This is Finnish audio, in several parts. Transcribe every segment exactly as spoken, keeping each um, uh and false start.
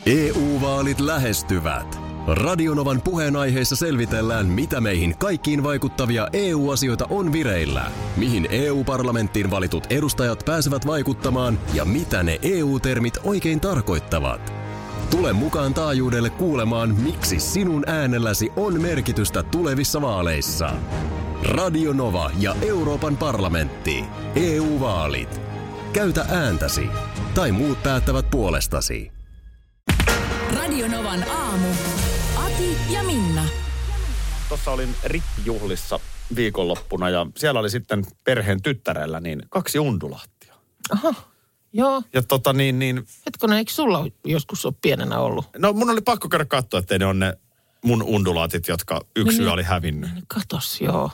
E U-vaalit lähestyvät. Radionovan puheenaiheessa selvitellään, mitä meihin kaikkiin vaikuttavia E U-asioita on vireillä, mihin E U-parlamenttiin valitut edustajat pääsevät vaikuttamaan ja mitä ne E U-termit oikein tarkoittavat. Tule mukaan taajuudelle kuulemaan, miksi sinun äänelläsi on merkitystä tulevissa vaaleissa. Radio Nova ja Euroopan parlamentti. E U-vaalit. Käytä ääntäsi. Tai muut päättävät puolestasi. Radio Novan aamu. Ati ja Minna. Tuossa olin rippijuhlissa viikonloppuna ja siellä oli sitten perheen tyttärellä niin kaksi undulaattia. Aha, joo. Ja tota niin, niin... Hetkonen, eikö sulla joskus ole pienenä ollut? No mun oli pakko käydä katsoa, ettei ne on ne mun undulaatit, jotka yksi niin, yö oli hävinnyt. Niin, katos, joo.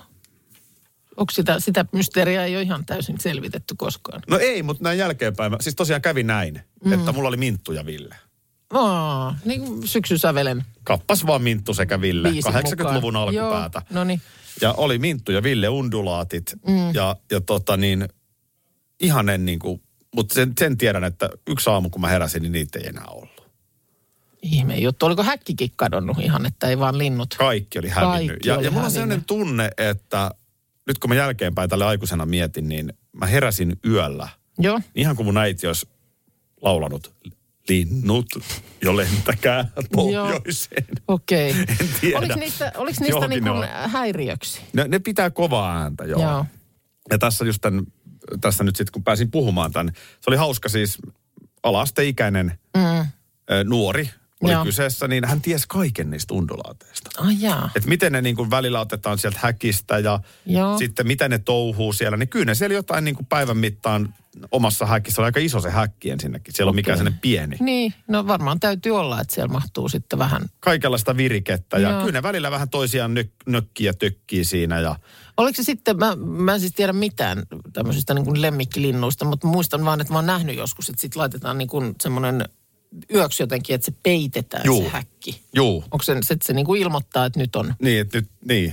Onko sitä, sitä mysteeriä ei ole ihan täysin selvitetty koskaan? No ei, mutta näin jälkeenpäin. Siis tosiaan kävi näin, mm. että mulla oli Minttu ja Ville. Aa, niin syksysävelen. Kappas vaan Minttu sekä Ville, kahdeksankymmentäluvun alkupäätä. Joo, no niin. Ja oli Minttu ja Ville undulaatit Mm. ja, ja tota niin, ihanen niin kuin, mutta sen, sen tiedän, että yksi aamu kun mä heräsin, niin niitä ei enää ollut. Ihme juttu. Oliko häkkikin kadonnut ihan, että ei vaan linnut? Kaikki oli hävinnyt. Kaikki ja oli ja mulla on hävinnyt. sellainen tunne, että nyt kun mä jälkeenpäin tälle aikuisena mietin, niin mä heräsin yöllä. Joo. Ihan kuin mun äiti olisi laulanut linnut jo lentäkää pohjoiseen. Okei. Okay. En tiedä. Oliko niistä, oliko niistä Johonkin niin kuin ne on. häiriöksi? Ne, ne pitää kovaa ääntä, joo. Joo. Ja tässä just tämän, tässä nyt sitten kun pääsin puhumaan tämän, se oli hauska siis ala-asteikäinen Mm. ö, nuori oli Joo. kyseessä, niin hän tiesi kaiken niistä undulaateista. Ai jaa. Että miten ne niin kuin välillä otetaan sieltä häkistä ja Joo. sitten mitä ne touhuu siellä. Niin kyllä ne siellä jotain niin kuin päivän mittaan omassa häkissä. On aika iso se häkki ensinnäkin. Siellä on mikään sellainen pieni. Niin, no varmaan täytyy olla, että siellä mahtuu sitten vähän. Kaikenlaista virikettä ja Joo. kyllä ne välillä vähän toisiaan nök, nökkii ja tökkii siinä. Ja Oliko se sitten, mä, mä en siis tiedä mitään tämmöisistä niin kuin lemmikkilinnuista, mutta muistan vaan, että mä oon nähnyt joskus, että sitten laitetaan niin kuin semmoinen yöksi jotenkin, että se peitetään Juu. se häkki. juu, Onko se, se, että se niin kuin ilmoittaa, että nyt on? niin, että nyt, niin.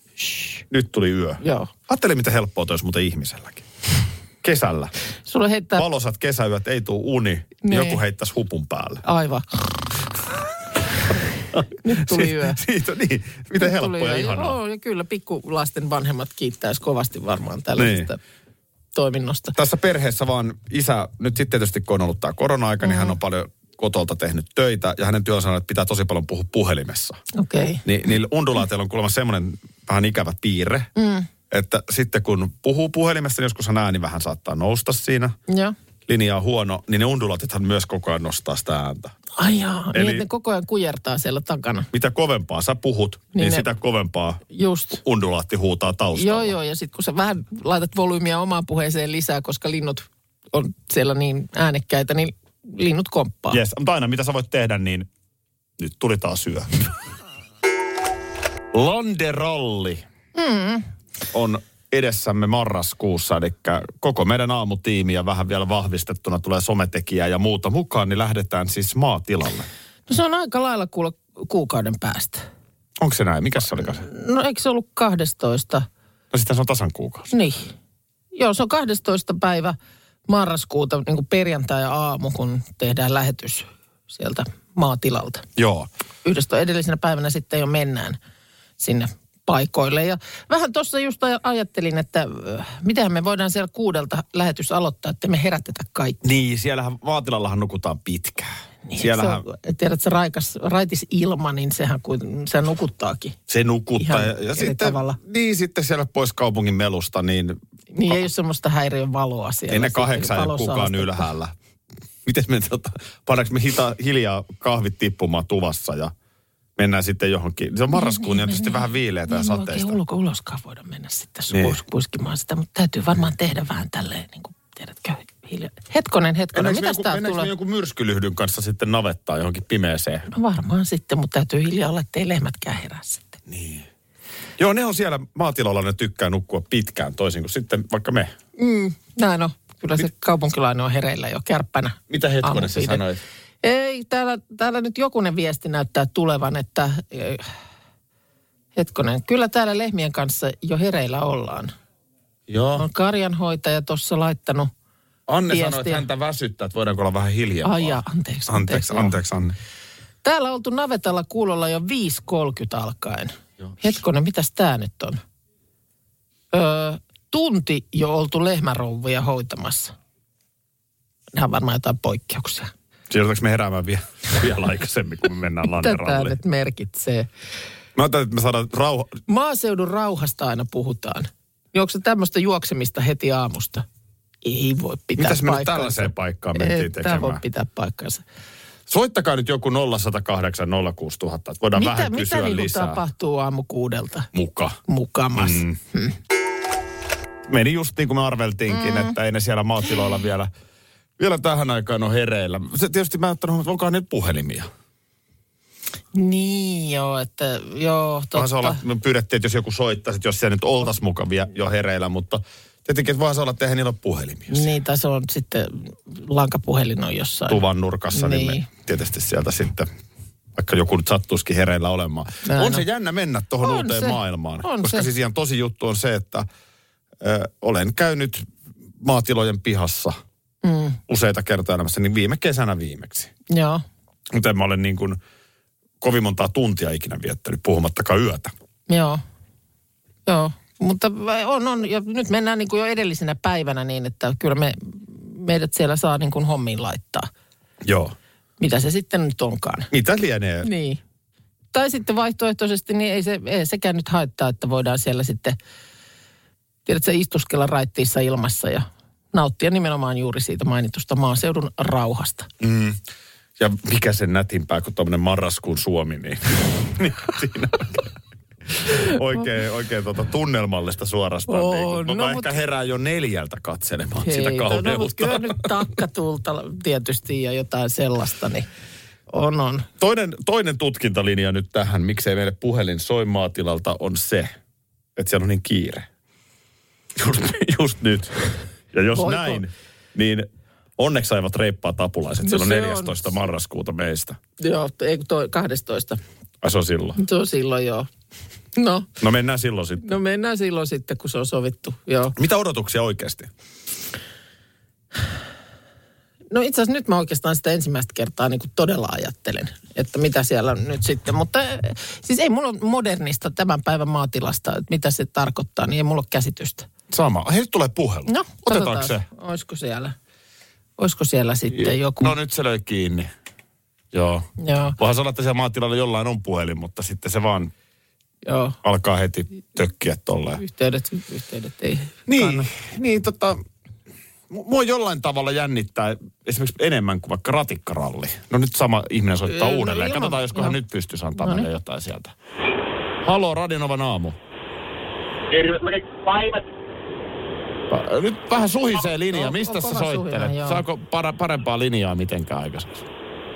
Nyt tuli yö. Joo. Ajattele, mitä helppoa toisi muuten ihmiselläkin. Kesällä. Sulla heittää... Valosat kesäyöt, ei tuu uni, niin Niin. joku heittäisi hupun päälle. Aivan. Nyt tuli Siitä- yö. Siitä, niin, miten helppoa Tuli ja yö. ihanaa. Joo, ja kyllä pikkulasten vanhemmat kiittäisi kovasti varmaan tällaisesta niin. toiminnosta. Tässä perheessä vaan isä, nyt sitten tietysti kun on ollut tämä korona-aika, mm. niin hän on paljon kotolta tehnyt töitä ja hänen työnsä on, että pitää tosi paljon puhua puhelimessa. Okei. Okay. Ni, niillä undulaateilla on kuulemma semmoinen vähän ikävä piirre, Mm. että sitten kun puhuu puhelimessa, niin joskushan ääni vähän saattaa nousta siinä. Joo. Linja on huono, niin ne undulaatithan myös koko ajan nostaa sitä ääntä. Ai jaa, Eli- niin että ne koko ajan kujertaa siellä takana. Mitä kovempaa sä puhut, niin, niin ne- sitä kovempaa Just. undulaatti huutaa taustalla. Joo, joo, ja sitten kun sä vähän laitat volyymia omaan puheeseen lisää, koska linnut on siellä niin äänekkäitä, niin linnut komppaa. Jes, mutta aina mitä sä voit tehdä, niin nyt tuli taas yö. Landeralli Mm. on edessämme marraskuussa, eli koko meidän aamutiimi ja vähän vielä vahvistettuna tulee sometekijää ja muuta mukaan, niin lähdetään siis maatilalle. No se on aika lailla kuule kuukauden päästä. Onko se näin? Mikäs se olikaan se? No eikö se ollut kahdestoista? No sitten se on tasan kuukausi. Niin. Joo, se on kahdestoista päivä marraskuuta, niin kuin perjantai-aamu, kun tehdään lähetys sieltä maatilalta. Joo. Yhdestä edellisenä päivänä sitten jo mennään sinne paikoille. Ja vähän tuossa just aj- ajattelin, että äh, miten me voidaan siellä kuudelta lähetys aloittaa, että me herätetä kaikki. Niin, siellähän maatilallahan nukutaan pitkään. Niin, Siellähän se on, tiedät, se raikas, raitis ilma, niin sehän kuin, se nukuttaakin. se nukuttaa. Ihan Ja, ja eri sitten, tavalla. niin sitten siellä pois kaupungin melusta, niin Niin ei ole semmoista häiriön valoa siellä. ei ne sitten kahdeksan ja valossa kukaan alastettu. ylhäällä. Miten me tota, pannaanko me hita, hiljaa kahvit tippumaan tuvassa ja mennään sitten johonkin. Se on marraskuun, niin on tietysti vähän viileätä ja niin, sateista. Ei ulko uloskaan voida mennä sitten Niin. niin. puiskimaan sitä, mutta täytyy varmaan tehdä vähän tälleen, niin kuin tiedätkö, hiljaa. Hetkonen, hetkonen, Mennäänkö me mitäs joku, tää mennäänkö me tulee? jonkun myrskylyhdyn kanssa sitten navettaa johonkin pimeeseen? No varmaan sitten, mutta täytyy hiljaa olla, ettei lehmätkään herää sitten. Niin. Joo, ne on siellä maatilalla, ne tykkää nukkua pitkään toisin kuin sitten vaikka me. Mm, näin on. Kyllä se kaupunkilainen on hereillä jo kärppänä. Mitä hetkonen sä aamupiiden. sanoit? Ei, täällä, täällä nyt jokunen viesti näyttää tulevan, että äh, hetkonen, kyllä täällä lehmien kanssa jo hereillä ollaan. Joo. On karjanhoitaja tuossa laittanut Anne viestiä. sanoi, että häntä väsyttää, että voidaanko olla vähän hiljempaa. Ai jaa, anteeksi. Anteeksi, anteeksi, Anne. Täällä on oltu navetalla kuulolla jo viisi kolmekymmentä alkaen. Joo. Hetkonen, mitäs tää nyt on? Öö, tunti jo oltu lehmärouvia hoitamassa. Nämä on varmaan jotain poikkeuksia. Siirrytäänkö me heräämään vielä, vielä aikaisemmin, kun me mennään Lanneralliin? Mitä tää nyt merkitsee? Mä ajattelin, että me saadaan rauha... Maaseudun rauhasta aina puhutaan. Onko se tämmöistä juoksemista heti aamusta? Ei voi pitää Mitäs me paikkaansa. nyt tällaiseen paikkaan mentiin tekemään? Tämä voi pitää paikkaansa. Soittakaa nyt joku nolla yksi nolla kahdeksan nolla kuusi nolla nolla nolla, että voidaan mitä, vähän kysyä mitä niinku lisää. tapahtuu aamu kuudelta? Muka. Mukamas. Mm. Mm. Meni just niin kuin me arveltiinkin, mm. että ei ne siellä maatiloilla vielä, vielä tähän aikaan ole hereillä. Se tietysti mä ajattelin, että onkohan ne puhelimia. Niin joo, että joo, totta. Voihan se olla, me pyydettiin, että jos joku soittaisi, että jos siellä nyt oltaisiin mukavia jo hereillä, mutta tietenkin, että voihan se olla, että eihän niillä ole puhelimia. Niin, tai se on sitten, lankapuhelin on jossain. Tuvan nurkassa, niin, niin me tietysti sieltä sitten, vaikka joku nyt sattuisikin hereillä olemaan. Näin on no. Se jännä mennä tuohon uuteen se. maailmaan. On koska se. Siis ihan tosi juttu on se, että ö, olen käynyt maatilojen pihassa mm. useita kertaa elämässä, niin viime kesänä viimeksi. Joo. Mutta mä olen niin kuin kovin montaa tuntia ikinä viettänyt, puhumattakaan yötä. Joo, joo. Mutta on, on. Ja nyt mennään niin kuin jo edellisenä päivänä niin, että kyllä me, meidät siellä saa niin kuin hommiin laittaa. Joo. Mitä se sitten nyt onkaan. Mitä lienee? Niin. Tai sitten vaihtoehtoisesti, niin ei, se, ei sekään nyt haittaa, että voidaan siellä sitten, tiedätkö, istuskella raittiissa ilmassa ja nauttia nimenomaan juuri siitä mainitusta maaseudun rauhasta. Mm. Ja mikä sen nätimpää kuin tuommoinen marraskuun Suomi, niin, niin siinä oikein, oikein tuota tunnelmallista suorastaan. Oh, niin, no, mä mut... ehkä herään jo neljältä katselemaan hei, sitä kauneutta. No, mutta kyllä nyt takkatulta tietysti ja jotain sellaista, niin on, on. Toinen, toinen tutkintalinja nyt tähän, miksei meille puhelin soi maatilalta, on se, että siellä on niin kiire. Just, just nyt. Ja jos Voiko? näin, niin onneksi saivat reippaat apulaiset no silloin neljästoista on... marraskuuta meistä. Joo, ei kun toi kahdestoista. Ai se on silloin? Se on silloin, joo. No. No mennään silloin sitten. No mennään silloin sitten, kun se on sovittu, joo. Mitä odotuksia oikeasti? No itse asiassa nyt mä oikeastaan sitä ensimmäistä kertaa niin kuin todella ajattelen, että mitä siellä on nyt sitten. Mutta siis ei mulla ole modernista tämän päivän maatilasta, että mitä se tarkoittaa, niin ei mulla ole käsitystä. Sama. Hei, nyt tulee puhelu. No, otetaanko se? Olisiko siellä, olisiko siellä sitten joku? No nyt se löi kiinni. Joo. Joo. Voihan sanoa, että siellä maatilalla jollain on puhelin, mutta sitten se vaan Joo. alkaa heti tökkiä tolleen. Yhteydet, yhteydet ei Niin, kanna. niin tota, mua jollain tavalla jännittää esimerkiksi enemmän kuin vaikka ratikkaralli. No nyt sama ihminen soittaa no, uudelleen. ilman, Katsotaan, josko hän nyt pystyisi antaa no, meille niin. jotain sieltä. Halo, Radio Novan aamu. Tervetuloa päivät. Nyt vähän suhisee linja. On, Mistä on, sä on soittelet? suhina, Saako para, parempaa linjaa mitenkään aikaiseksi?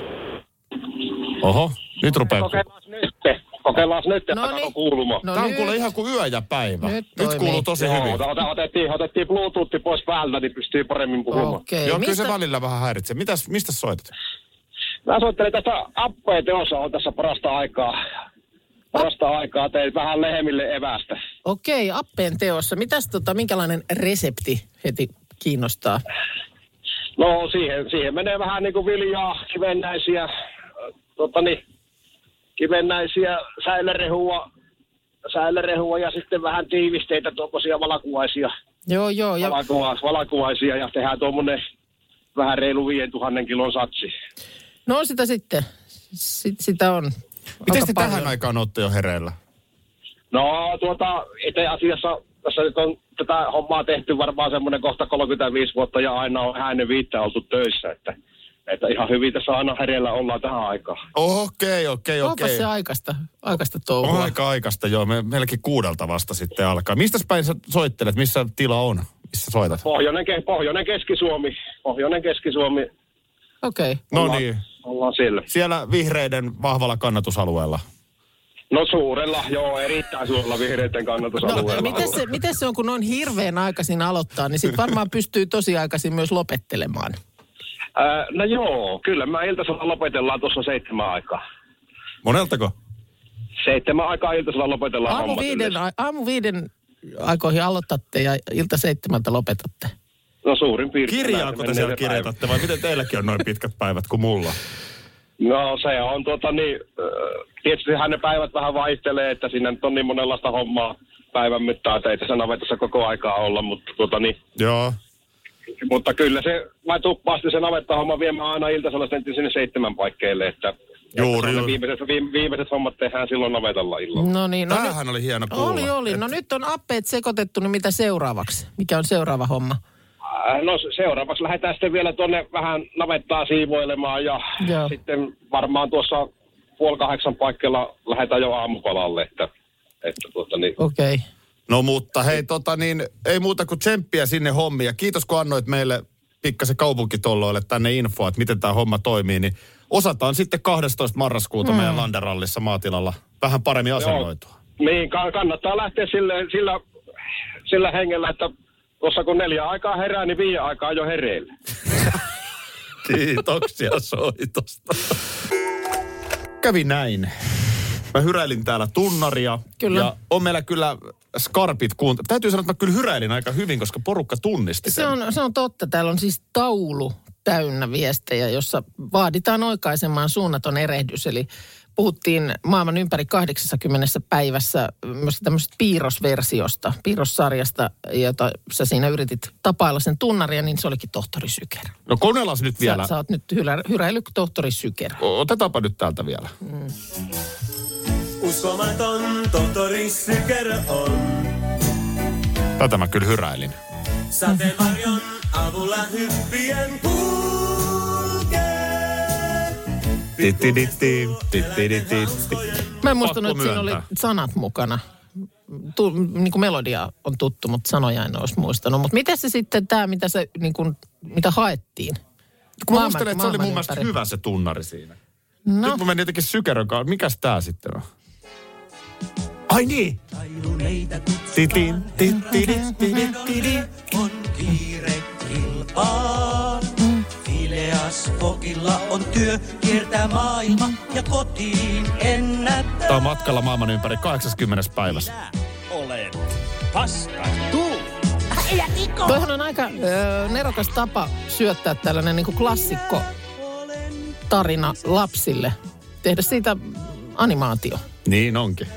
Oho, nyt rupeaa... Kokeillaan nyt. Kokeillaan nyt, että no niin. kuulumaan. No Tämä on nyt. Kuule ihan kuin yö ja päivä. Nyt, nyt kuuluu tosi Joo, hyvin. Otettiin, otettiin Bluetooth pois päältä, niin pystyy paremmin puhumaan. Okei. Joo, Mistä... kyllä se välillä vähän häiritsee. Mitäs, mistä soitat? Mä soittelen tästä appeen teossa on tässä parasta aikaa. Parasta aikaa tein vähän lehmille evästä. Okei, appeen teossa. Mitäs tota, minkälainen resepti heti kiinnostaa? No siihen, siihen menee vähän niin kuin viljaa, kivennäisiä, tota niin, kivennäisiä säilärehua, säilärehua ja sitten vähän tiivisteitä, tuommoisia valakuvaisia. Joo, joo. Ja... Valakuvais, valakuvaisia ja tehdään tuommoinen vähän reilu viisituhatta kilon satsi. No sitä sitten. Sit, sitä on. Miten te tähän aikaan olette jo hereillä? No tuota, itse asiassa tässä nyt on tätä hommaa tehty varmaan semmoinen kohta kolmekymmentäviisi vuotta ja aina on hänen viittä oltu töissä, että, että ihan hyvin tässä aina hereillä ollaan tähän aikaan. Okei, okei, okei. Onpa se aikaista, aikaista touhua. On aika aikaista, joo. Me melkein kuudelta vasta sitten alkaa. Mistä päin sä soittelet? Missä tila on? Missä soitat? Pohjoinen, Pohjoinen Keski-Suomi. Pohjoinen Keski-Suomi. Okei. Okay. No ollaan, niin. Ollaan siellä. Siellä vihreiden vahvalla kannatusalueella. No suurella, joo, erittäin suurella vihreiden kannatusalueella. No, miten se, miten se on, kun on hirveän aikaisin aloittaa, niin sitten varmaan pystyy tosi aikaisin myös lopettelemaan. Äh, no joo, kyllä mä iltasella lopetellaan tuossa seitsemän aikaa. Moneltako? Seitsemän aikaa iltasella lopetellaan aamu viiden, aamu viiden aikoihin aloitatte ja ilta seitsemältä lopetatte. No suurin piirtein. Kirjaako te siellä kirjoitatte vai miten teilläkin on noin pitkät päivät kuin mulla? No se on tota niin, tietystihän ne päivät vähän vaihtelee, että siinä nyt on niin monenlaista hommaa päivän mittaan, että ei tässä navetassa koko aikaa olla, mutta tota niin. Joo. Mutta kyllä se, mä tuppaasti se navettahomma viemään aina iltasella sinne seitsemän paikkeille, että Juuri, juuri. Viimeiset, viime, viimeiset hommat tehdään silloin navetalla illalla. No niin. No tämähän nyt, oli hieno kuulla. Oli, oli. Et... No nyt on appeet sekoitettu, niin mitä seuraavaksi? Mikä on seuraava homma? No seuraavaksi lähdetään sitten vielä tuonne vähän navettaa siivoilemaan ja Joo. sitten varmaan tuossa puoli kahdeksan paikkeilla lähdetään jo aamupalalle, että, että tuota niin. Okei. Okay. No mutta hei tota niin, ei muuta kuin tsemppiä sinne hommia. Kiitos kun annoit meille pikkasen kaupunkitolloille tänne infoa, että miten tämä homma toimii, niin osataan sitten kahdestoista marraskuuta mm. meidän Landerallissa maatilalla vähän paremmin asennoitua. Joo. Niin, kannattaa lähteä sille, sillä, sillä hengellä, että tuossa kun neljä aikaa herää, niin viiden aikaa jo hereillä. Kiitoksia soitosta. Kävi näin. Mä hyräilin täällä tunnaria. Kyllä. Ja on meillä kyllä skarpit kuunta. Täytyy sanoa, että mä kyllä hyräilin aika hyvin, koska porukka tunnisti sen. Se on, se on totta. Täällä on siis taulu täynnä viestejä, jossa vaaditaan oikaisemaan suunnaton erehdys. Eli puhuttiin maailman ympäri kahdeksankymmentä päivässä myös tämmöisestä piirrosversiosta, piirrossarjasta, jota sä siinä yritit tapailla sen tunnaria, niin se olikin tohtori Syker. No koneellas nyt vielä. Sä, sä oot nyt hyrä, hyräillyt tohtori Syker. Otetaanpa nyt täältä vielä. Mm. Uskomaton tohtori Syker on. Tätä mä kyllä hyräilin. Sateenvarjon avulla hyppien kulkee. Mä en muistanut, että siinä oli sanat mukana. Tu, niin kuin melodia on tuttu, mutta sanoja en olisi muistanut. Mutta miten se sitten tämä, mitä, se, niin kuin, mitä haettiin? Kun mä muistelin, että se oli mun mielestä hyvä se tunnari siinä. No. Nyt mä menin jotenkin Sykerön kanssa. Mikäs tää sitten on? Ai niin! Titin, titin, titin, on kiire kilpaan. Phileas Foggilla on työ, kiertää maailma ja kotiin ennättää. Tää on matkalla maailman ympäri kahdeksankymmentä päivässä. Olen paskattu. Toihan on aika ö, nerokas tapa syöttää tällainen niin kuin klassikko tarina lapsille. Tehdä siitä animaatio. Niin onkin.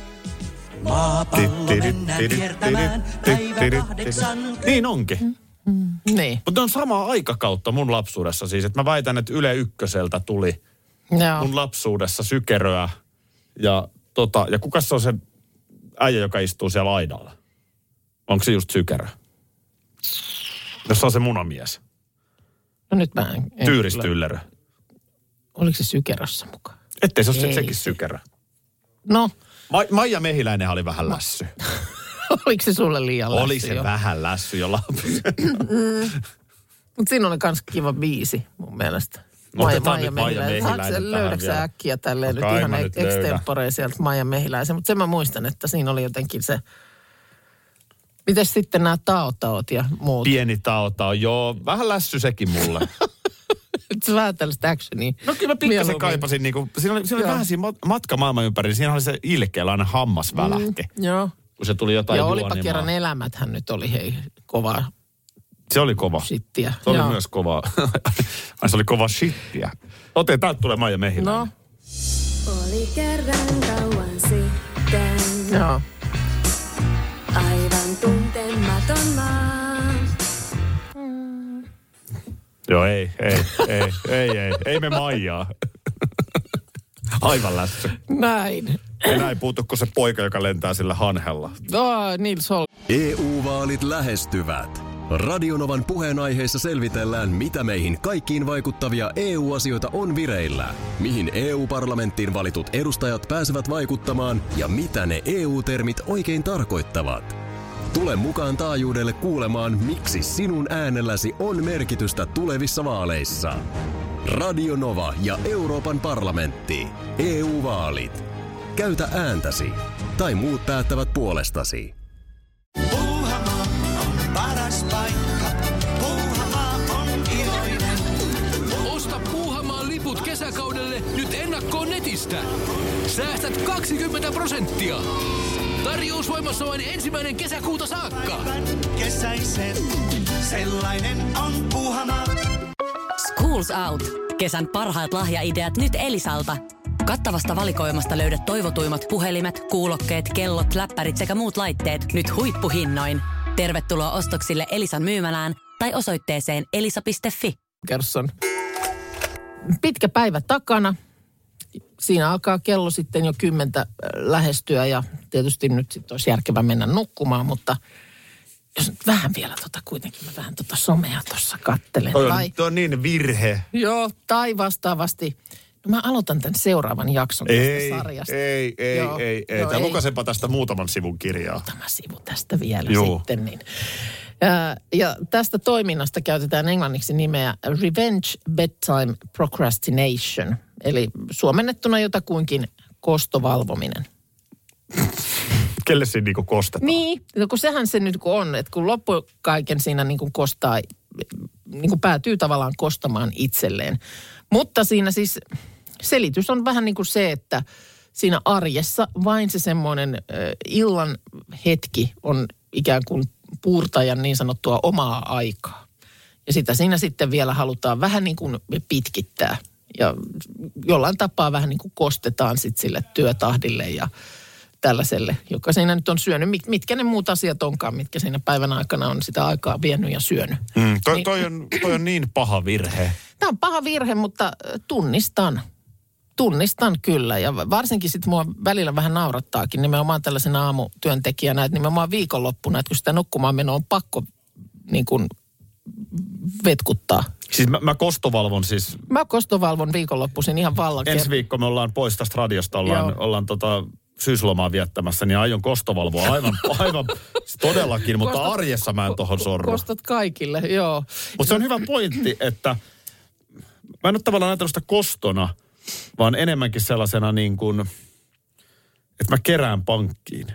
Maapallo mennään kiertämään päivä kahdeksan. Niin onkin. Mm, niin. Mutta on samaa aikakautta mun lapsuudessa siis, että mä väitän, että Yle Ykköseltä tuli Joo. mun lapsuudessa Sykeröä. Ja, tota, ja kuka se on se äijä, joka istuu siellä aidalla? Onko se just Sykerö? Jos se on se munamies. No nyt mä en... en Tyyris Tyllerö. Oliko se Sykerössä mukaan? Ettei se ole se sekin Sykerö. No. Ma- Maija Mehiläinen oli vähän lässy. Oliko se sulle liian lässy? Oli se jo vähän lässy jo lapsi. mm. Mutta siinä oli kans kiva biisi mun mielestä. No, Maija, Maija Mehiläinen. Mehiläinen. Löydäksä äkkiä tälleen no, nyt ihan extemporeen sieltä Maija Mehiläisen. Mutta sen mä muistan, että siinä oli jotenkin se... Mites sitten nämä taotaot ja muut? Pieni taotao, joo. Vähän lässy sekin mulle. Se vähän tällaista actionia. No kyllä mä pikkasen kaipasin. Niin kuin, siinä oli, siinä oli vähän siinä matka maailman ympäri. Siinä oli se ilkeällä hammas välähti. Mm, joo. Kun se tuli jotain ja olipa kerran elämäthän nyt oli hei kovaa. Se oli kova. Shittiä. Se oli joo. myös kovaa. Ai se oli kova shittiä. Ote, täältä tulee Maija Mehiläinen. No. Oli kerran kauan sitten. Joo. Aivan tuntematon maa. Mm. Joo, ei, ei, ei, ei, ei, ei me Maijaa. Aivan lässy. Näin. Enää ei puutu kuin se poika, joka lentää sillä hanhella. Oh, Nils Holm. E U-vaalit lähestyvät. Radionovan puheenaiheessa selvitellään, mitä meihin kaikkiin vaikuttavia E U-asioita on vireillä, mihin E U-parlamenttiin valitut edustajat pääsevät vaikuttamaan ja mitä ne E U-termit oikein tarkoittavat. Tule mukaan taajuudelle kuulemaan, miksi sinun äänelläsi on merkitystä tulevissa vaaleissa. Radio Nova ja Euroopan parlamentti. E U-vaalit. Käytä ääntäsi. Tai muut päättävät puolestasi. Puuhamaa on paras paikka. Puuhamaa on iloinen. Osta Puuhamaan liput kesäkaudelle nyt ennakkoon netistä. Säästät kaksikymmentä prosenttia. Tarjous voimassa vain ensimmäinen kesäkuuta saakka. Päivän kesäisen sellainen on Puuhamaa. Schools Out. Kesän parhaat lahjaideat nyt Elisalta. Kattavasta valikoimasta löydät toivotuimmat puhelimet, kuulokkeet, kellot, läppärit sekä muut laitteet nyt huippuhinnoin. Tervetuloa ostoksille Elisan myymälään tai osoitteeseen elisa piste fi. Kerson. Pitkä päivä takana. Siinä alkaa kello sitten jo kymmentä lähestyä ja tietysti nyt sitten olisi järkevää mennä nukkumaan, mutta jos nyt vähän vielä tota kuitenkin, mä vähän tota somea tuossa kattelen. Toi on, tai, toi on niin virhe. Joo, tai vastaavasti. No mä aloitan tämän seuraavan jakson ei, tästä sarjasta. Ei, ei, joo, ei, ei. Joo, lukasepa tästä muutaman sivun kirjaa. Muutama sivu tästä vielä joo. sitten. Niin. Ja, ja tästä toiminnasta käytetään englanniksi nimeä Revenge Bedtime Procrastination. Eli suomennettuna jotakuinkin kostovalvominen. Kelle siinä niinku kostetaan? Niin, no kun sehän se nyt on, että kun loppukaiken siinä niinku kostaa, niinku päätyy tavallaan kostamaan itselleen. Mutta siinä siis selitys on vähän niin kuin se, että siinä arjessa vain se semmoinen äh, illan hetki on ikään kuin puurtajan niin sanottua omaa aikaa. Ja sitä siinä sitten vielä halutaan vähän niin kuin pitkittää. Ja jollain tapaa vähän niin kuin kostetaan sitten sille työtahdille ja tällaiselle, joka siinä nyt on syönyt. Mitkä ne muut asiat onkaan, mitkä siinä päivän aikana on sitä aikaa vienyt ja syönyt. Mm, toi, niin, toi, on, toi on niin paha virhe. Tämä on paha virhe, mutta tunnistan. Tunnistan kyllä. Ja varsinkin sitten mua välillä vähän naurattaakin nimenomaan tällaisena aamutyöntekijänä, että nimenomaan viikonloppuna, että kun sitä nukkumaan menoa on pakko niin kuin vetkuttaa. Siis mä, mä kostovalvon siis... Mä kostovalvon viikonloppuisin ihan vallan. Ensi viikko me ollaan pois tästä radiosta, ollaan, ollaan tota... syyslomaa viettämässä, niin aion kostovalvoa aivan, aivan todellakin, mutta kostat, arjessa mä en tohon sorru. Kostat kaikille, joo. Mutta se on hyvä pointti, että mä en ole tavallaan ajatellut sitä kostona, vaan enemmänkin sellaisena niin kuin, että mä kerään pankkiin.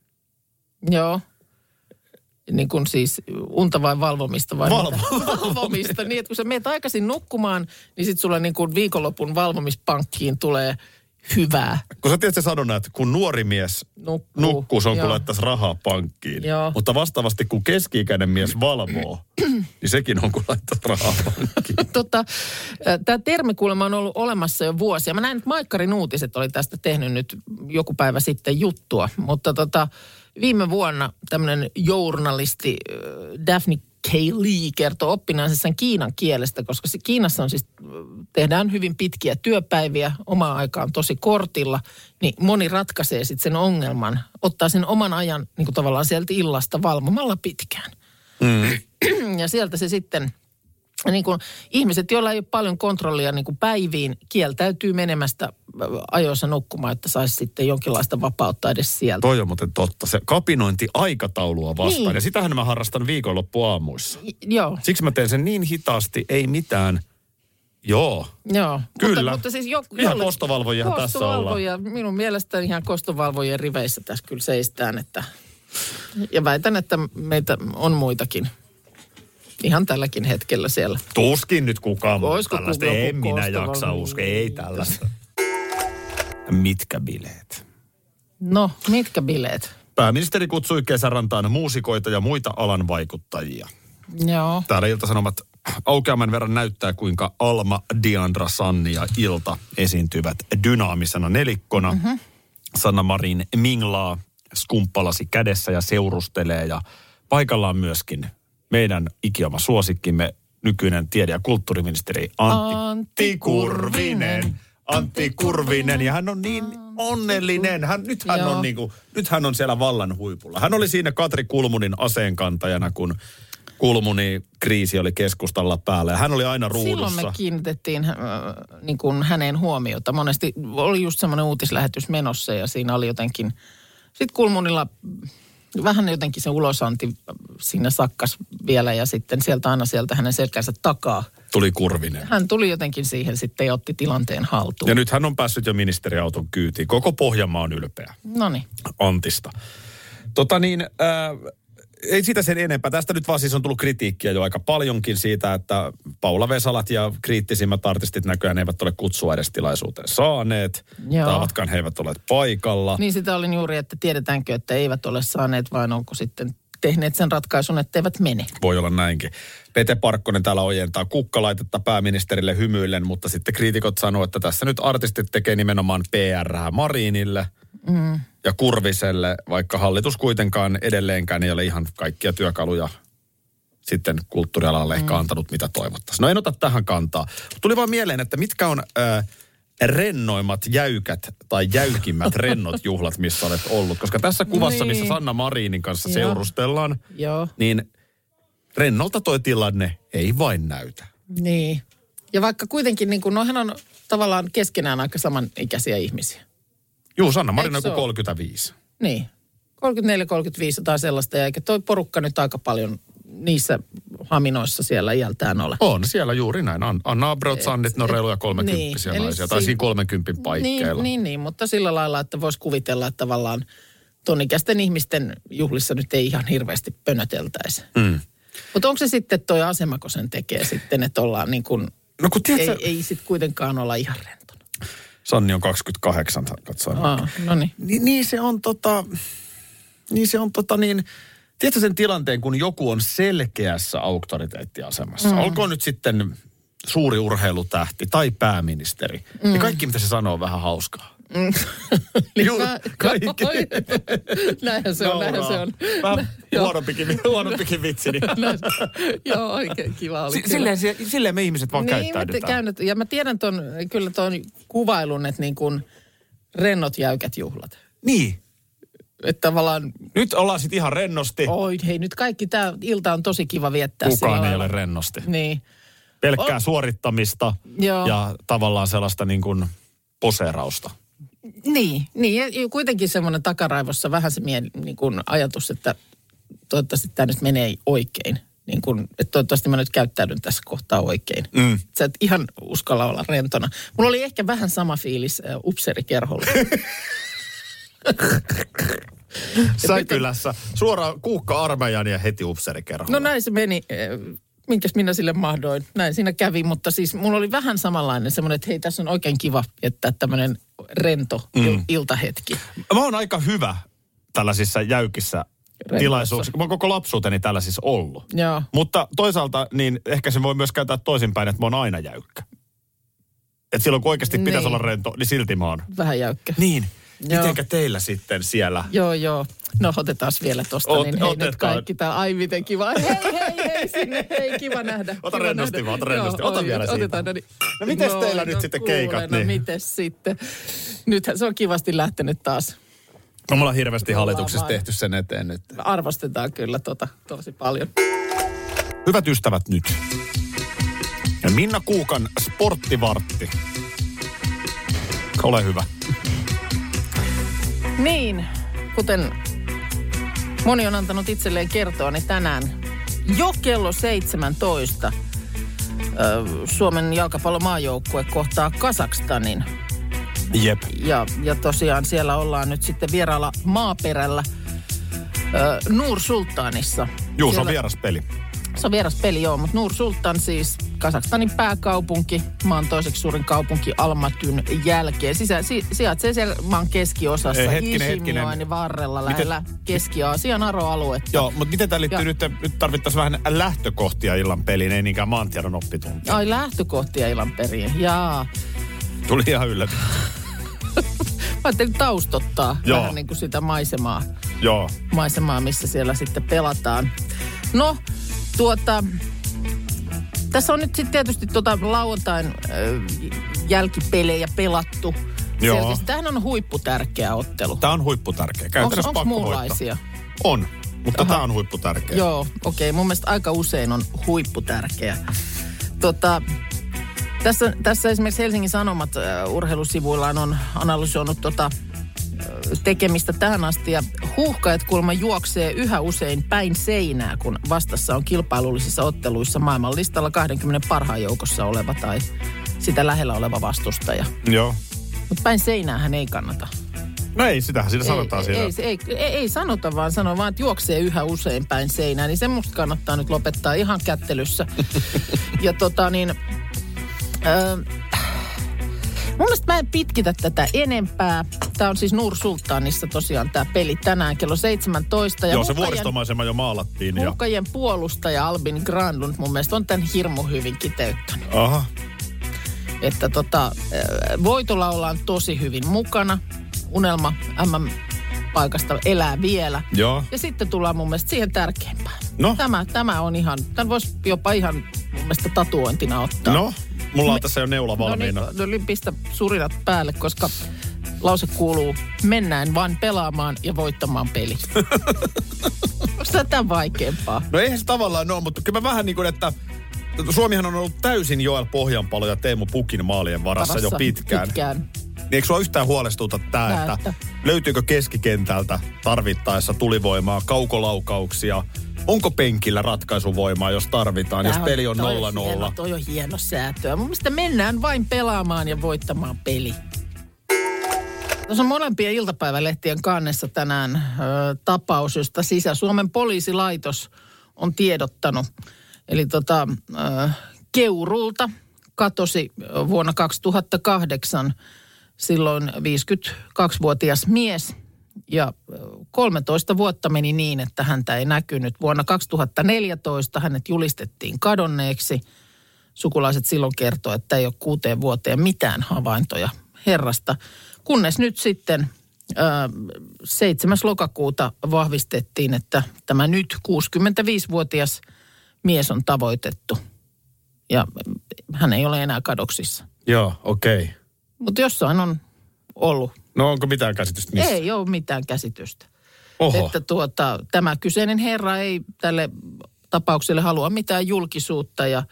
Joo. Niin kuin siis unta vai valvomista vai Valvo. valvomista. Niin, että kun sä meet aikaisin nukkumaan, niin sit sulla niin kuin viikonlopun valvomispankkiin tulee hyvää. Kun sä tiedät se sanona, että kun nuori mies nukkuu, nukkuu se on, kun laittaisi rahaa pankkiin. Joo. Mutta vastaavasti kun keski-ikäinen mies valvoo, niin sekin on, kun laittaisi rahaa pankkiin. tota, tämä termi kuulemma on ollut olemassa jo vuosia. Mä näin, että Maikkarin uutiset oli tästä tehnyt nyt joku päivä sitten juttua. Mutta tota, viime vuonna tämmöinen journalisti Daphne K. Lee kertoo oppineensa sen kiinan kielestä, koska se Kiinassa on siis, tehdään hyvin pitkiä työpäiviä, omaa aikaan tosi kortilla, niin moni ratkaisee sitten sen ongelman, ottaa sen oman ajan niin kuin tavallaan sieltä illasta valvomalla pitkään. Mm. Ja sieltä se sitten, niin kuin ihmiset, joilla ei ole paljon kontrollia niin kuin päiviin, kieltäytyy menemästä ajoissa nukkumaan, että saisi sitten jonkinlaista vapautta edes sieltä. Toi on muuten totta. Se kapinointi aikataulua vastaan. Niin. Ja sitähän mä harrastan viikonloppuaamuissa. J- joo. Siksi mä teen sen niin hitaasti, ei mitään. Joo. Joo. Kyllä. Mutta, mutta siis jo, ihan kostovalvojiahan tässä ollaan. Minun mielestäni ihan kostovalvojien riveissä tässä kyllä seistään. Että, ja väitän, että meitä on muitakin. Ihan tälläkin hetkellä siellä. Tuskin nyt kukaan muu tällaista. Kukaan en minä jaksa uskoa. Ei tällaista. Mitkä bileet? No, mitkä bileet? Pääministeri kutsui kesärantaan muusikoita ja muita alan vaikuttajia. Joo. Täällä Ilta-Sanomat aukeaman verran näyttää, kuinka Alma, Diandra, Sanni ja Ilta esiintyvät dynaamisena nelikkona. Mm-hmm. Sanna Marin minglaa skumppalasi kädessä ja seurustelee. Ja paikallaan myöskin meidän ikioma suosikkimme, nykyinen tiede- ja kulttuuriministeri Antti, Antti Kurvinen. Antti Kurvinen, ja hän on niin onnellinen. Hän, nyt, hän on niinku, nyt hän on siellä vallan huipulla. Hän oli siinä Katri Kulmunin aseenkantajana, kun Kulmuni-kriisi oli keskustalla päällä. Ja hän oli aina ruudussa. Silloin me kiinnitettiin äh, niin kuin hänen huomiota. Monesti oli just semmoinen uutislähetys menossa, ja siinä oli jotenkin... Sitten Kulmunilla vähän jotenkin se ulosanti siinä sakkas vielä, ja sitten sieltä aina sieltä hänen selkänsä takaa tuli Kurvinen. Hän tuli jotenkin siihen sitten ja otti tilanteen haltuun. Ja nyt hän on päässyt jo ministeriauton kyytiin. Koko Pohjanmaa on ylpeä. Noniin. Antista. Tota niin, äh, ei siitä sen enempää. Tästä nyt vaan siis on tullut kritiikkiä jo aika paljonkin siitä, että Paula Vesalat ja kriittisimmät artistit näköjään eivät ole kutsua edes tilaisuuteen saaneet. Taavatkaan he eivät ole paikalla. Niin sitä olin juuri, että tiedetäänkö, että eivät ole saaneet, vai onko sitten tehneet sen ratkaisun, etteivät mene. Voi olla näinkin. Pete Parkkonen täällä ojentaa kukkalaitetta pääministerille hymyillen, mutta sitten kriitikot sanoo, että tässä nyt artistit tekee nimenomaan P R Marinille mm. ja Kurviselle, vaikka hallitus kuitenkaan edelleenkään ei ole ihan kaikkia työkaluja sitten kulttuurialalle ehkä antanut, mitä toivottaisiin. No en ota tähän kantaa. Tuli vaan mieleen, että mitkä on äh, rennoimmat, jäykät tai jäykimmät rennot juhlat, missä olet ollut. Koska tässä kuvassa, niin. missä Sanna Marinin kanssa Joo. seurustellaan, Joo. niin rennolta toi tilanne ei vain näytä. Niin. Ja vaikka kuitenkin, niin kuin, nohan on tavallaan keskenään aika samanikäisiä ihmisiä. Juu, Sanna Marin on kuin kolmekymmentäviisi. Niin. kolmekymmentäneljä kolmekymmentäviisi tai sellaista, ja eikä toi porukka nyt aika paljon niissä haminoissa siellä iältään ole. On siellä juuri näin. Anna Abrot, Sannit, ne on reiluja kolmekymppisiä niin, naisia. Tai siinä kolmenkympin paikkeilla. Niin, niin, niin, mutta sillä lailla, että voisi kuvitella, että tavallaan ton ikäisten ihmisten juhlissa nyt ei ihan hirveästi pönöteltäisi. Mm. Mutta onko se sitten toi asema, kun sen tekee sitten, että ollaan niin kuin, no kun tiedätkö, ei, ei sitten kuitenkaan olla ihan rentona. Sanni on kaksikymmentäkahdeksan, katsoin. Aa, no niin. Ni, niin se on tota, niin se on tota niin, tiedätkö sen tilanteen, kun joku on selkeässä auktoriteettiasemassa. Mm. Olkoon nyt sitten suuri urheilutähti tai pääministeri. Mm. Ja kaikki, mitä se sanoo, on vähän hauskaa. Mm. Juu, kaikki. Näinhän se on, näinhän se on. Vähän huonompikin, huonompikin vitsi. Niin. Joo, oikein kiva oli. S- silleen, silleen me ihmiset vaan niin, käyttäydytään. Käynyt, ja mä tiedän ton, kyllä ton kuvailun, että niin kuin rennot jäykät juhlat. Niin. Että tavallaan... Nyt ollaan sitten ihan rennosti. Oi, hei, nyt kaikki tämä ilta on tosi kiva viettää. Kukaan ei ole rennosti. Niin. Pelkkää on... suorittamista Joo. ja tavallaan sellaista niin kuin poseerausta. Niin, niin ja kuitenkin semmoinen takaraivossa vähän se mie, niin kuin ajatus, että toivottavasti tämä nyt menee oikein. Niin kuin, että toivottavasti mä nyt käyttäydyn tässä kohtaa oikein. Mm. Sä et ihan uskalla olla rentona. Mulla oli ehkä vähän sama fiilis äh, upseerikerholla. Säkylässä. Suoraan kuukka-armeijan ja heti upseerikerholla. No näin se meni. Minkäs minä sille mahdoin. Näin siinä kävi, mutta siis mulla oli vähän samanlainen semmoinen, että hei, tässä on oikein kiva jättää tämmöinen rento mm. iltahetki. Mä oon aika hyvä tällaisissa jäykissä Rentossa. tilaisuuksissa. Mä oon koko lapsuuteni tällaisissa ollut. Joo. Mutta toisaalta niin ehkä se voi myös käyttää toisinpäin, että mä oon aina jäykkä. Että silloin kun oikeasti niin. pitäisi olla rento, niin silti mä oon. Vähän jäykkä. Niin. Joo. Mitenkä teillä sitten siellä? Joo, joo. No otetaan vielä tosta, Ot, niin hei otetaan. Nyt kaikki tää, ai miten kiva. Hei, hei, hei, sinne, hei, kiva nähdä. Ota kiva rennosti nähdä. vaan, ota rennosti. Ota Joo, vielä siitä. Otetaan, no niin. No mites no, teillä no, nyt sitten kuule, keikat? No niin? mites sitten? Nythän se on kivasti lähtenyt taas. No me ollaan hirveästi hallituksessa tehty sen eteen nyt. Arvostetaan kyllä tota tosi paljon. Hyvät ystävät nyt. Ja Minna Kuukan sporttivartti. Ole hyvä. Niin, kuten moni on antanut itselleen kertoa, niin tänään jo kello seitsemäntoista Suomen jalkapallomaajoukkue kohtaa Kazakstanin. Jep. Ja, ja tosiaan siellä ollaan nyt sitten vieraalla maaperällä Nur-Sultanissa. Juu, se on vieras peli. Se on vieras peli, joo, mutta Nur-Sultan siis Kazakstanin pääkaupunki, maan toiseksi suurin kaupunki Almatyn jälkeen. Sisä, si, sijaitsee siellä maan keskiosassa, Isimjoen varrella lähellä Keski-Aasian aroaluetta. Joo, mutta miten tämä liittyy ja, nyt, nyt tarvittaisiin vähän lähtökohtia illan peliin, ei niinkään maantiedon oppituntia. Ai lähtökohtia illan peliin, jaa. Tuli ihan yllätys. Mä ajattelin taustottaa Joo. vähän niin kuin sitä maisemaa. Joo. Maisemaa, missä siellä sitten pelataan. No, tuota, tässä on nyt sitten tietysti tuota lauantain äh, jälkipelejä pelattu. Joo. Selkeästi. Tämähän on huipputärkeä ottelu. Tämä on huipputärkeä. Käytännössä Onko pakko muunlaisia? On, mutta tämä on huipputärkeä. Joo, okei. Okay. Mun mielestä aika usein on huipputärkeä. Tota, tässä, tässä esimerkiksi Helsingin Sanomat uh, urheilusivuillaan on analysoinut tota, uh, tekemistä tähän asti. Ja huuhkajat kuulemma juoksee yhä usein päin seinää, kun vastassa on kilpailullisissa otteluissa maailman listalla kaksikymmentä parhaan joukossa oleva tai sitä lähellä oleva vastustaja. Joo. Mutta päin seinäähän ei kannata. No ei, sitähän siinä sanotaan ei, siinä. Ei, ei, ei, ei sanota, vaan sanoo vaan, että juoksee yhä usein päin seinää. Niin semmoista kannattaa nyt lopettaa ihan kättelyssä. Ja tota niin... Öö, Mun mielestä mä en pitkitä tätä enempää. Tää on siis Nur Sultanissa tosiaan tää peli tänään kello seitsemäntoista. Ja joo, se vuoristomaisema jo maalattiin. Huuhkajien ja puolustaja Albin Granlund mun mielestä on tän hirmu hyvin kiteyttänyt. Aha. Että tota, voitolla ollaan tosi hyvin mukana. Unelma M M-paikasta elää vielä. Joo. Ja sitten tullaan mun mielestä siihen tärkeimpään. No? Tämä, tämä on ihan, tämän voisi jopa ihan mun mielestä tatuointina ottaa. No? Mulla on Me, tässä jo neula valmiina. No niin, no niin, pistä surinat päälle, koska lause kuuluu, mennään vain pelaamaan ja voittamaan peli. Onko tämä tämän vaikeampaa? No eihän se tavallaan ole, mutta kyllä mä vähän niin kuin, että Suomihan on ollut täysin Joel Pohjanpalo ja Teemu Pukin maalien varassa, varassa jo pitkään. pitkään. Niin eikö sua yhtään huolestuta tämä, että, että löytyykö keskikentältä tarvittaessa tulivoimaa, kaukolaukauksia? Onko penkillä ratkaisuvoimaa, jos tarvitaan, Tää jos peli on nolla nolla? Toi on hieno säätöä. Mun mielestä mennään vain pelaamaan ja voittamaan peli. Tuossa on molempien iltapäivälehtien kannessa tänään ö, tapaus, josta Sisä-Suomen poliisilaitos on tiedottanut. Eli tota, ö, Keurulta katosi vuonna kaksituhattakahdeksan silloin viisikymmentäkaksivuotias mies. Ja kolmetoista vuotta meni niin, että häntä ei näkynyt. Vuonna kaksituhattaneljätoista hänet julistettiin kadonneeksi. Sukulaiset silloin kertoi, että ei ole kuuteen vuoteen mitään havaintoja herrasta. Kunnes nyt sitten ää, seitsemäs lokakuuta vahvistettiin, että tämä nyt kuusikymmentäviisivuotias mies on tavoitettu. Ja hän ei ole enää kadoksissa. Joo, okei. Okay. Mutta jossain on ollut. No onko mitään käsitystä missä? Ei ole mitään käsitystä. Oho. Että tuota, tämä kyseinen herra ei tälle tapaukselle halua mitään julkisuutta ja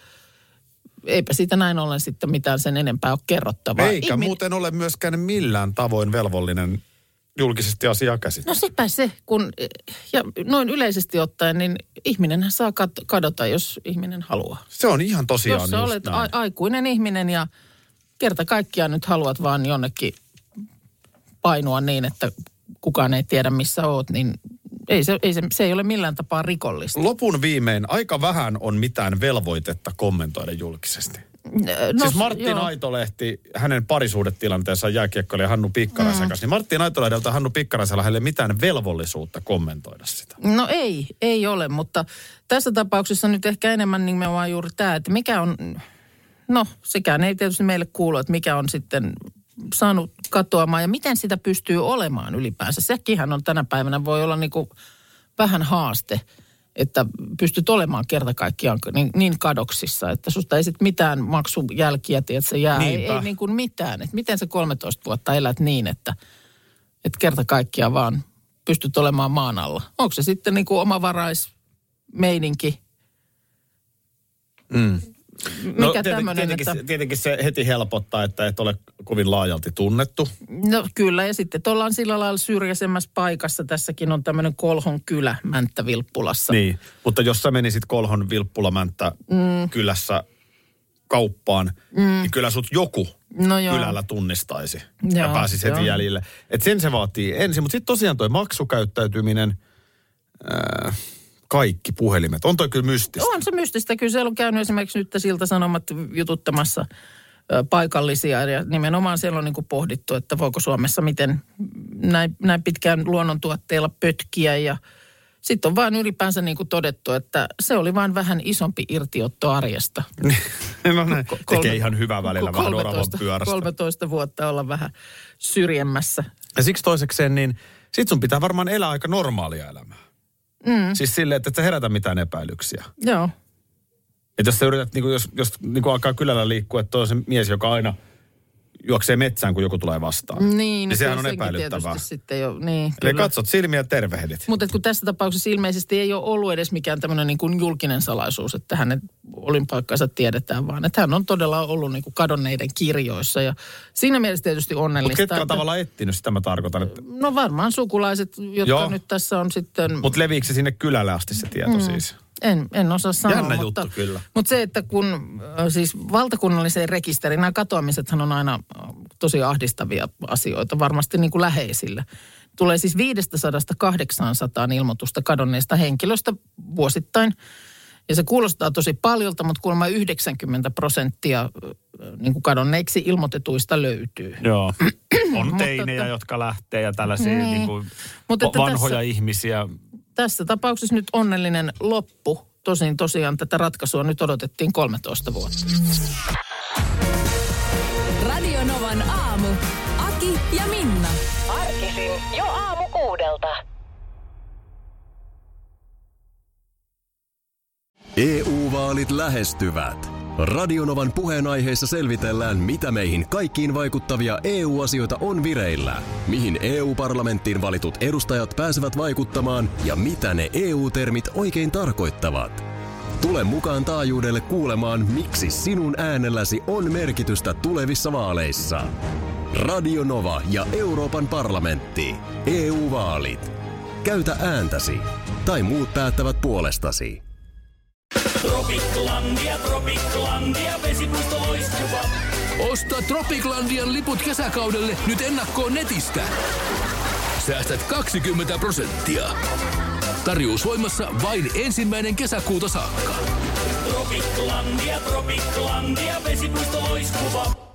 eipä siitä näin ollen sitten mitään sen enempää ole kerrottavaa. Eikä Ihmin... muuten ole myöskään millään tavoin velvollinen julkisesti asiaa käsitellä. No sepä se, kun ja noin yleisesti ottaen, niin ihminenhän saa kadota, jos ihminen haluaa. Se on ihan tosiaan jos sä olet a- aikuinen ihminen ja kerta kaikkiaan nyt haluat vaan jonnekin painua niin, että kukaan ei tiedä missä oot, niin ei se, ei se, se ei ole millään tapaa rikollista. Lopun viimein aika vähän on mitään velvoitetta kommentoida julkisesti. No, siis Martin joo. Aitolehti, hänen parisuhdetilanteensa jääkiekkoilija Hannu Pikkaraisen mm. kanssa, niin Martin Aitolehdeltä Hannu Pikkaraisella hänelle mitään velvollisuutta kommentoida sitä. No ei, ei ole, mutta tässä tapauksessa nyt ehkä enemmän nimenomaan juuri tämä, että mikä on, no sekään ei tietysti meille kuulu, että mikä on sitten saanut katoamaan ja miten sitä pystyy olemaan ylipäänsä. Sekinhän on tänä päivänä voi olla niin kuin vähän haaste, että pystyt olemaan kerta kaikkiaan niin, niin kadoksissa, että susta ei sitten mitään maksujälkiä, tiedätkö, jää. Ei, ei niin kuin mitään. Että miten sä kolmetoista vuotta elät niin, että, että kerta kaikkiaan vaan pystyt olemaan maan alla. Onko se sitten niin kuin omavaraismeininki? Mm. Mikä no, tämmöinen, tietenkin, että... tietenkin se heti helpottaa, että et ole kovin laajalti tunnettu. No kyllä, ja sitten ollaan sillä lailla syrjäisemmässä paikassa. Tässäkin on tämmöinen Kolhon kylä Mänttä-Vilppulassa. Niin, mutta jos sä menisit Kolhon Vilppula-Mänttä mm. kylässä kauppaan, mm. niin kyllä sut joku no kylällä tunnistaisi joo, ja pääsisi heti joo. jäljille. Et sen se vaatii ensin, mutta sitten tosiaan toi maksukäyttäytyminen... Ää, kaikki puhelimet. On toi kyllä mystistä. On se mystistä. Kyllä siellä on käynyt esimerkiksi nyt Silta-Sanomat jututtamassa ö, paikallisia. Ja nimenomaan siellä on niin kuin pohdittu, että voiko Suomessa miten näin, näin pitkään luonnontuotteilla pötkiä. Ja sitten on vaan ylipäänsä niin kuin todettu, että se oli vaan vähän isompi irtiotto arjesta. no näin. Kolme, tekee ihan hyvää välillä vähän oravan pyörästä. kolmetoista vuotta olla vähän syrjemmässä. Ja siksi toisekseen, niin sit sun pitää varmaan elää aika normaalia elämää. Mm. Siis silleen, että et sä herätä mitään epäilyksiä. Joo. Että jos sä yrität, niin kuin, jos, jos niin kuin alkaa kylällä liikkua, että on se mies, joka aina juoksee metsään, kun joku tulee vastaan. Niin, niin sehän on epäilyttävää. Sitten jo, niin, eli katsot silmiä tervehdit. Mutta kun tässä tapauksessa ilmeisesti ei ole ollut edes mikään tämmöinen niin kuin julkinen salaisuus, että hänen olinpaikkansa tiedetään, vaan että hän on todella ollut niin kuin kadonneiden kirjoissa. Ja siinä mielessä tietysti onnellista. Mutta ketkä on että, tavallaan etsinyt, sitä mä tarkoitan. Että... No varmaan sukulaiset, jotka joo. nyt tässä on sitten... Mutta leviikö se sinne kylälle asti se tieto mm. siis? En, en osaa sanoa. Jännä mutta, juttu kyllä. Mutta se, että kun siis valtakunnalliseen rekisteriin, nämä katoamisethan on aina tosi ahdistavia asioita, varmasti niin kuin läheisillä. Tulee siis viisisataa kahdeksansataa ilmoitusta kadonneista henkilöistä vuosittain. Ja se kuulostaa tosi paljolta, mutta kuulemma yhdeksänkymmentä prosenttia niin kuin kadonneiksi ilmoitetuista löytyy. Joo, on teinejä, jotka lähtee ja tällaisia niin. Niin kuin vanhoja tässä, ihmisiä. Tässä tapauksessa nyt onnellinen loppu. Tosin tosiaan tätä ratkaisua nyt odotettiin kolmetoista vuotta. Radio Novan aamu. Aki ja Minna. Arkisin jo aamu kuudelta. E U-vaalit lähestyvät. Radio Novan puheenaiheessa selvitellään, mitä meihin kaikkiin vaikuttavia E U-asioita on vireillä, mihin E U-parlamenttiin valitut edustajat pääsevät vaikuttamaan ja mitä ne E U-termit oikein tarkoittavat. Tule mukaan taajuudelle kuulemaan, miksi sinun äänelläsi on merkitystä tulevissa vaaleissa. Radio Nova ja Euroopan parlamentti. E U-vaalit. Käytä ääntäsi. Tai muut päättävät puolestasi. Tropiklandia, Tropiklandia, vesipuisto loistuva. Osta Tropiklandian liput kesäkaudelle nyt ennakkoon netistä. Säästät kaksikymmentä prosenttia. Tarjous voimassa vain ensimmäinen kesäkuuta saakka. Tropiklandia, Tropiklandia, vesipuisto loistuva.